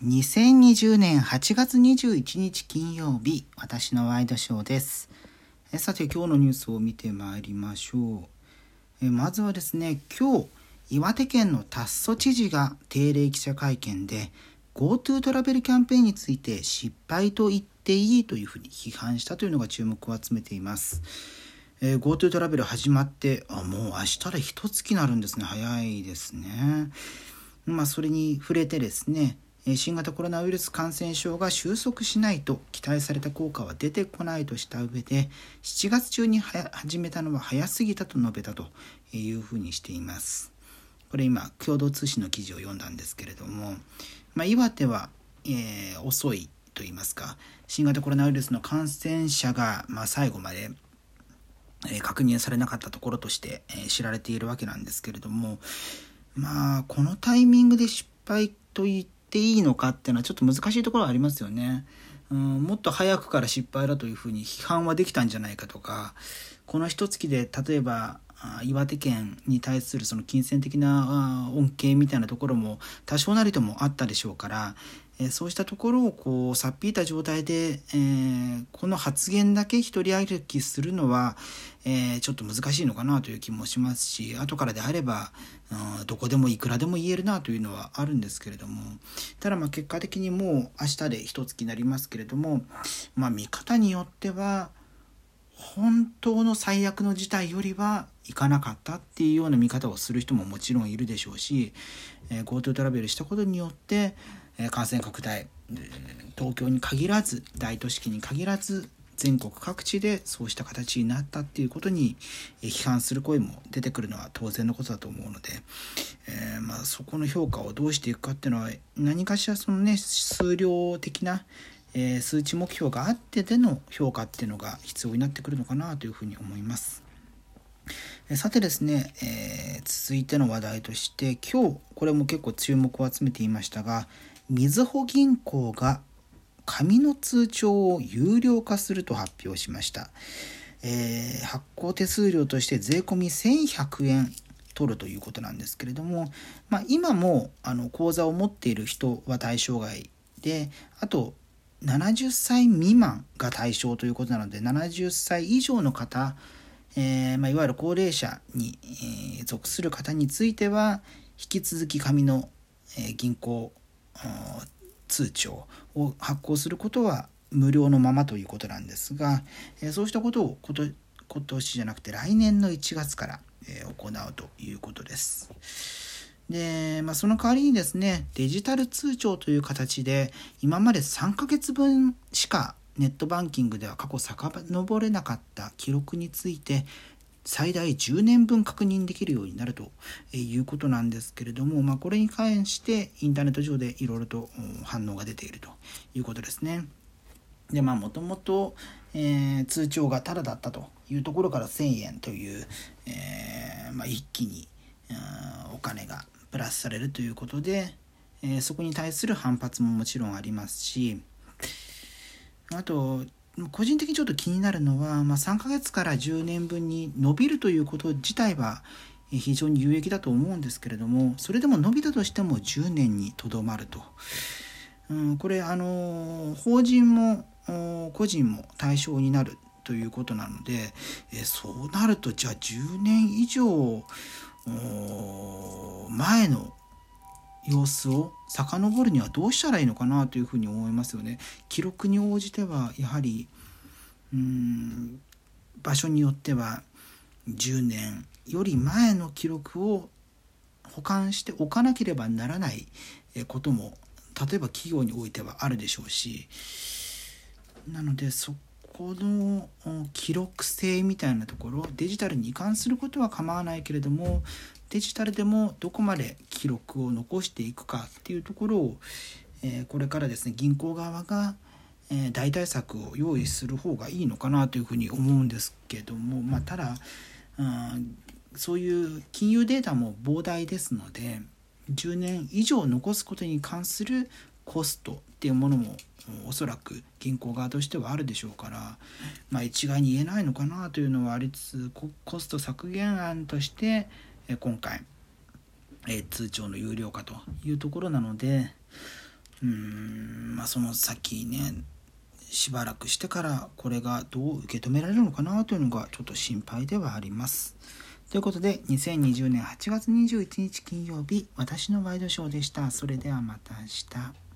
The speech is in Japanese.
2020年8月21日金曜日、私のワイドショーです。さて今日のニュースを見てまいりましょう。まずはですね、今日岩手県の達増知事が定例記者会見で GoTo トラベルキャンペーンについて失敗と言っていいというふうに批判したというのが注目を集めています。GoTo トラベル始まってもう明日で1月になるんですね。早いですね。それに触れてですね、新型コロナウイルス感染症が収束しないと期待された効果は出てこないとした上で、7月中に始めたのは早すぎたと述べたというふうにしています。これ今共同通信の記事を読んだんですけれども、岩手は、遅いといいますか、新型コロナウイルスの感染者が、最後まで確認されなかったところとして知られているわけなんですけれども、このタイミングで失敗と言っていいのかっていうのはちょっと難しいところはありますよね。もっと早くから失敗だというふうに批判はできたんじゃないかとか、この一月で例えば岩手県に対するその金銭的な恩恵みたいなところも多少なりともあったでしょうから、そうしたところをさっぴいた状態で、この発言だけ一人歩きするのは、ちょっと難しいのかなという気もしますし、後からであればどこでもいくらでも言えるなというのはあるんですけれども、ただ結果的にもう明日で一月になりますけれども、見方によっては本当の最悪の事態よりはいかなかったっていうような見方をする人ももちろんいるでしょうし、GoTo トラベルしたことによって感染拡大、東京に限らず大都市に限らず全国各地でそうした形になったっていうことに批判する声も出てくるのは当然のことだと思うので、そこの評価をどうしていくかっていうのは何かしらそのね、数量的な数値目標があってでの評価っていうのが必要になってくるのかなというふうに思います。さてですね、続いての話題として今日これも結構注目を集めていましたが、みずほ銀行が紙の通帳を有料化すると発表しました。発行手数料として税込み1100円取るということなんですけれども、今も口座を持っている人は対象外で、あと70歳未満が対象ということなので、70歳以上の方、いわゆる高齢者に、属する方については引き続き紙の、銀行通帳を発行することは無料のままということなんですが、そうしたことを今年じゃなくて来年の1月から、行うということです。で、その代わりにですね、デジタル通帳という形で今まで3ヶ月分しかネットバンキングでは過去遡れなかった記録について最大10年分確認できるようになるということなんですけれども、これに関してインターネット上でいろいろと反応が出ているということですね。で、もともと通帳がタダだったというところから1000円という、一気にお金がプラスされるということで、そこに対する反発ももちろんありますし、あと個人的にちょっと気になるのは、3ヶ月から10年分に伸びるということ自体は非常に有益だと思うんですけれども、それでも伸びたとしても10年にとどまると、これ法人も個人も対象になるということなので、そうなるとじゃあ10年以上前の様子を遡るにはどうしたらいいのかなというふうに思いますよね。記録に応じてはやはり場所によっては10年より前の記録を保管しておかなければならないことも例えば企業においてはあるでしょうし、なのでそこの記録性みたいなところ、デジタルに移管することは構わないけれども、デジタルでもどこまで記録を残していくかっていうところを、これからですね、銀行側が代替策を用意する方がいいのかなというふうに思うんですけども、ただそういう金融データも膨大ですので、10年以上残すことに関するコストっていうものもおそらく銀行側としてはあるでしょうから、一概に言えないのかなというのはありつつ、コスト削減案として今回通帳の有料化というところなので、 その先ね、しばらくしてからこれがどう受け止められるのかなというのがちょっと心配ではあります。ということで、2020年8月21日金曜日、私のワイドショーでした。それではまた明日。